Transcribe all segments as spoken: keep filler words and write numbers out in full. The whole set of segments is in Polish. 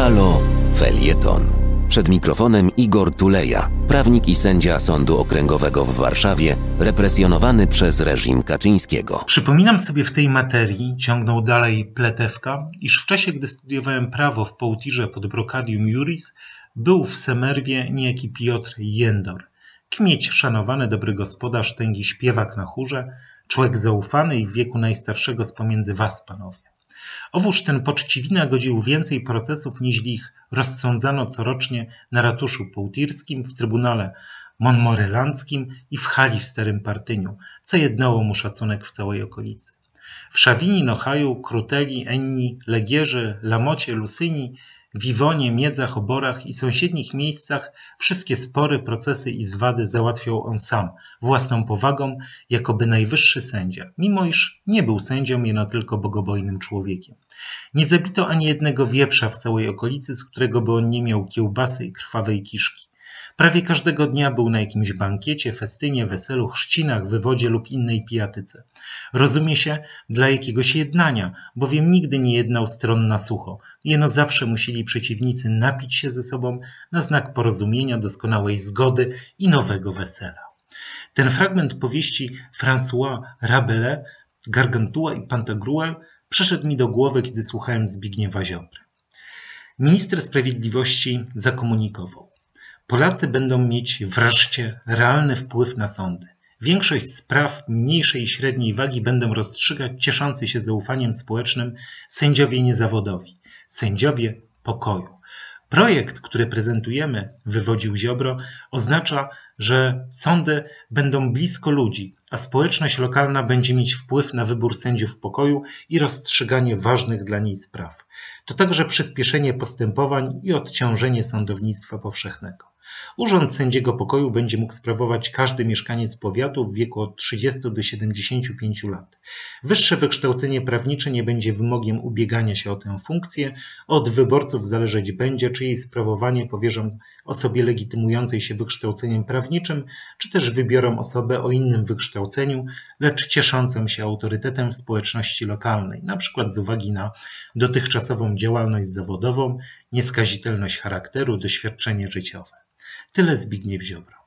Halo Felieton. Przed mikrofonem Igor Tuleja, prawnik i sędzia Sądu Okręgowego w Warszawie, represjonowany przez reżim Kaczyńskiego. Przypominam sobie w tej materii, ciągnął dalej Pletewka, iż w czasie, gdy studiowałem prawo w Połtirze pod Brocadium Juris, był w Semerwie niejaki Piotr Jędor. Kmieć szanowany, dobry gospodarz, tęgi śpiewak na chórze, człowiek zaufany i w wieku najstarszego z pomiędzy was, panowie. Owóż ten poczciwina godził więcej procesów, niźli ich rozsądzano corocznie na ratuszu połtirskim, w trybunale monmorelandzkim i w hali w Starym Partyniu, co jednało mu szacunek w całej okolicy. W Szawini, Nochaju, Kruteli, Enni, Legierze, Lamocie, Lusyni, Wiwonie, Miedzach, Oborach i sąsiednich miejscach wszystkie spory, procesy i zwady załatwiał on sam, własną powagą, jakoby najwyższy sędzia, mimo iż nie był sędzią, jeno tylko bogobojnym człowiekiem. Nie zabito ani jednego wieprza w całej okolicy, z którego by on nie miał kiełbasy i krwawej kiszki. Prawie każdego dnia był na jakimś bankiecie, festynie, weselu, chrzcinach, wywodzie lub innej pijatyce. Rozumie się, dla jakiegoś jednania, bowiem nigdy nie jednał stron na sucho. Jeno zawsze musieli przeciwnicy napić się ze sobą na znak porozumienia, doskonałej zgody i nowego wesela. Ten fragment powieści François Rabelais, Gargantua i Pantagruel przeszedł mi do głowy, kiedy słuchałem Zbigniewa Ziobry. Minister Sprawiedliwości zakomunikował: Polacy będą mieć wreszcie realny wpływ na sądy. Większość spraw mniejszej i średniej wagi będą rozstrzygać cieszący się zaufaniem społecznym sędziowie niezawodowi, sędziowie pokoju. Projekt, który prezentujemy, wywodził Ziobro, oznacza, że sądy będą blisko ludzi, a społeczność lokalna będzie mieć wpływ na wybór sędziów pokoju i rozstrzyganie ważnych dla niej spraw. To także przyspieszenie postępowań i odciążenie sądownictwa powszechnego. Urząd sędziego pokoju będzie mógł sprawować każdy mieszkaniec powiatu w wieku od trzydziestu do siedemdziesięciu pięciu lat. Wyższe wykształcenie prawnicze nie będzie wymogiem ubiegania się o tę funkcję. Od wyborców zależeć będzie, czy jej sprawowanie powierzą osobie legitymującej się wykształceniem prawniczym, czy też wybiorą osobę o innym wykształceniu, lecz cieszącą się autorytetem w społeczności lokalnej, na przykład z uwagi na dotychczasową działalność zawodową, nieskazitelność charakteru, doświadczenie życiowe. Tyle Zbigniew Ziobro.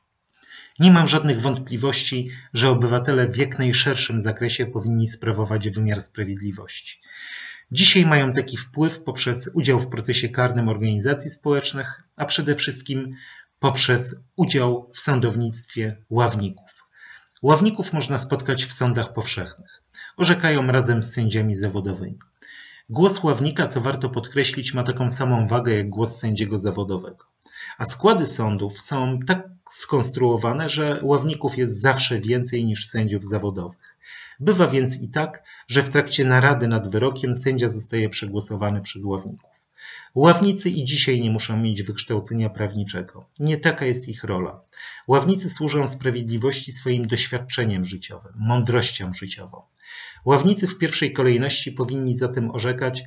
Nie mam żadnych wątpliwości, że obywatele w jak najszerszym zakresie powinni sprawować wymiar sprawiedliwości. Dzisiaj mają taki wpływ poprzez udział w procesie karnym organizacji społecznych, a przede wszystkim poprzez udział w sądownictwie ławników. Ławników można spotkać w sądach powszechnych. Orzekają razem z sędziami zawodowymi. Głos ławnika, co warto podkreślić, ma taką samą wagę jak głos sędziego zawodowego. A składy sądów są tak skonstruowane, że ławników jest zawsze więcej niż sędziów zawodowych. Bywa więc i tak, że w trakcie narady nad wyrokiem sędzia zostaje przegłosowany przez ławników. Ławnicy i dzisiaj nie muszą mieć wykształcenia prawniczego. Nie taka jest ich rola. Ławnicy służą sprawiedliwości swoim doświadczeniem życiowym, mądrością życiową. Ławnicy w pierwszej kolejności powinni zatem orzekać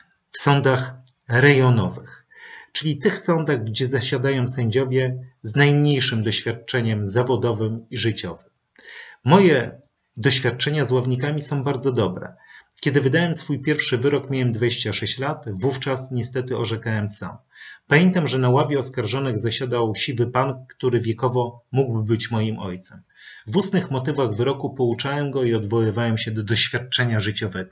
w sądach rejonowych, czyli tych sądach, gdzie zasiadają sędziowie z najmniejszym doświadczeniem zawodowym i życiowym. Moje doświadczenia z ławnikami są bardzo dobre. Kiedy wydałem swój pierwszy wyrok, miałem dwadzieścia sześć lat, wówczas niestety orzekałem sam. Pamiętam, że na ławie oskarżonych zasiadał siwy pan, który wiekowo mógłby być moim ojcem. W ustnych motywach wyroku pouczałem go i odwoływałem się do doświadczenia życiowego.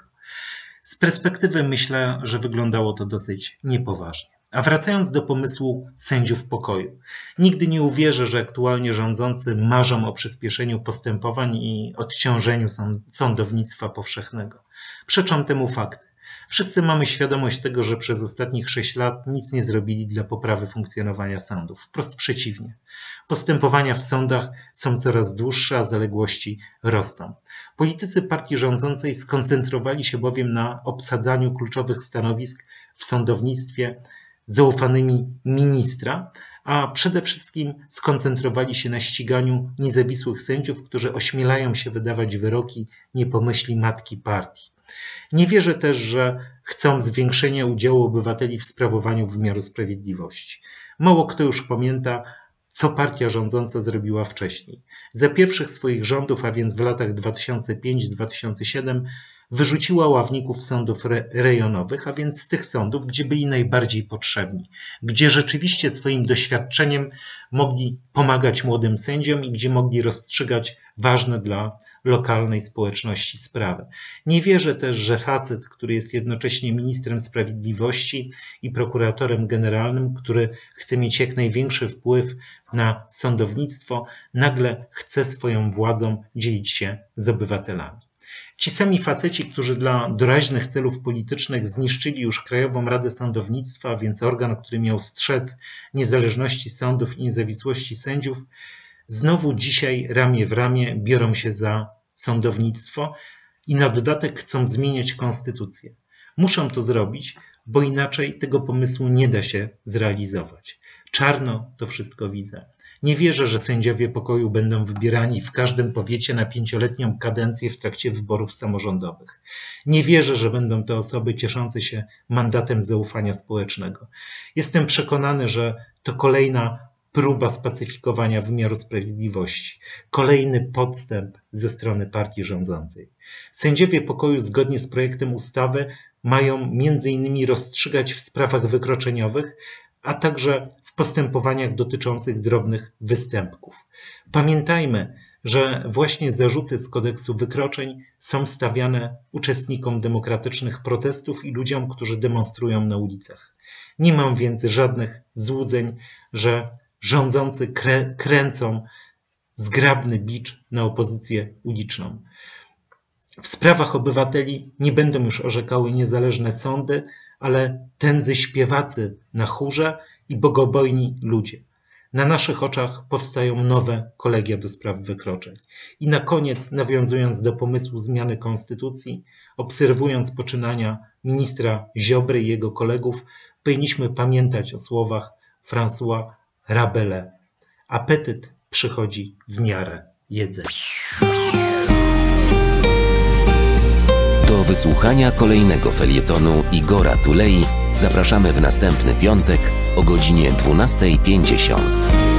Z perspektywy myślę, że wyglądało to dosyć niepoważnie. A wracając do pomysłu sędziów pokoju. Nigdy nie uwierzę, że aktualnie rządzący marzą o przyspieszeniu postępowań i odciążeniu sądownictwa powszechnego. Przeczą temu fakty. Wszyscy mamy świadomość tego, że przez ostatnich sześć lat nic nie zrobili dla poprawy funkcjonowania sądów. Wprost przeciwnie. Postępowania w sądach są coraz dłuższe, a zaległości rosną. Politycy partii rządzącej skoncentrowali się bowiem na obsadzaniu kluczowych stanowisk w sądownictwie zaufanymi ministra, a przede wszystkim skoncentrowali się na ściganiu niezawisłych sędziów, którzy ośmielają się wydawać wyroki nie po myśli matki partii. Nie wierzę też, że chcą zwiększenia udziału obywateli w sprawowaniu wymiaru sprawiedliwości. Mało kto już pamięta, co partia rządząca zrobiła wcześniej. Za pierwszych swoich rządów, a więc w latach dwa tysiące piątym do dwa tysiące siódmego, Wyrzuciła ławników sądów re rejonowych, a więc z tych sądów, gdzie byli najbardziej potrzebni, gdzie rzeczywiście swoim doświadczeniem mogli pomagać młodym sędziom i gdzie mogli rozstrzygać ważne dla lokalnej społeczności sprawy. Nie wierzę też, że facet, który jest jednocześnie ministrem sprawiedliwości i prokuratorem generalnym, który chce mieć jak największy wpływ na sądownictwo, nagle chce swoją władzą dzielić się z obywatelami. Ci sami faceci, którzy dla doraźnych celów politycznych zniszczyli już Krajową Radę Sądownictwa, więc organ, który miał strzec niezależności sądów i niezawisłości sędziów, znowu dzisiaj ramię w ramię biorą się za sądownictwo i na dodatek chcą zmieniać konstytucję. Muszą to zrobić, bo inaczej tego pomysłu nie da się zrealizować. Czarno to wszystko widzę. Nie wierzę, że sędziowie pokoju będą wybierani w każdym powiecie na pięcioletnią kadencję w trakcie wyborów samorządowych. Nie wierzę, że będą to osoby cieszące się mandatem zaufania społecznego. Jestem przekonany, że to kolejna próba spacyfikowania wymiaru sprawiedliwości, kolejny podstęp ze strony partii rządzącej. Sędziowie pokoju zgodnie z projektem ustawy mają między innymi rozstrzygać w sprawach wykroczeniowych, a także w postępowaniach dotyczących drobnych występków. Pamiętajmy, że właśnie zarzuty z kodeksu wykroczeń są stawiane uczestnikom demokratycznych protestów i ludziom, którzy demonstrują na ulicach. Nie mam więc żadnych złudzeń, że rządzący krę kręcą zgrabny bicz na opozycję uliczną. W sprawach obywateli nie będą już orzekały niezależne sądy, ale tędzy śpiewacy na chórze i bogobojni ludzie. Na naszych oczach powstają nowe kolegia do spraw wykroczeń. I na koniec, nawiązując do pomysłu zmiany konstytucji, obserwując poczynania ministra Ziobry i jego kolegów, powinniśmy pamiętać o słowach François Rabelais. Apetyt przychodzi w miarę jedzenia. Do wysłuchania kolejnego felietonu Igora Tulei zapraszamy w następny piątek o godzinie dwunastej pięćdziesiąt.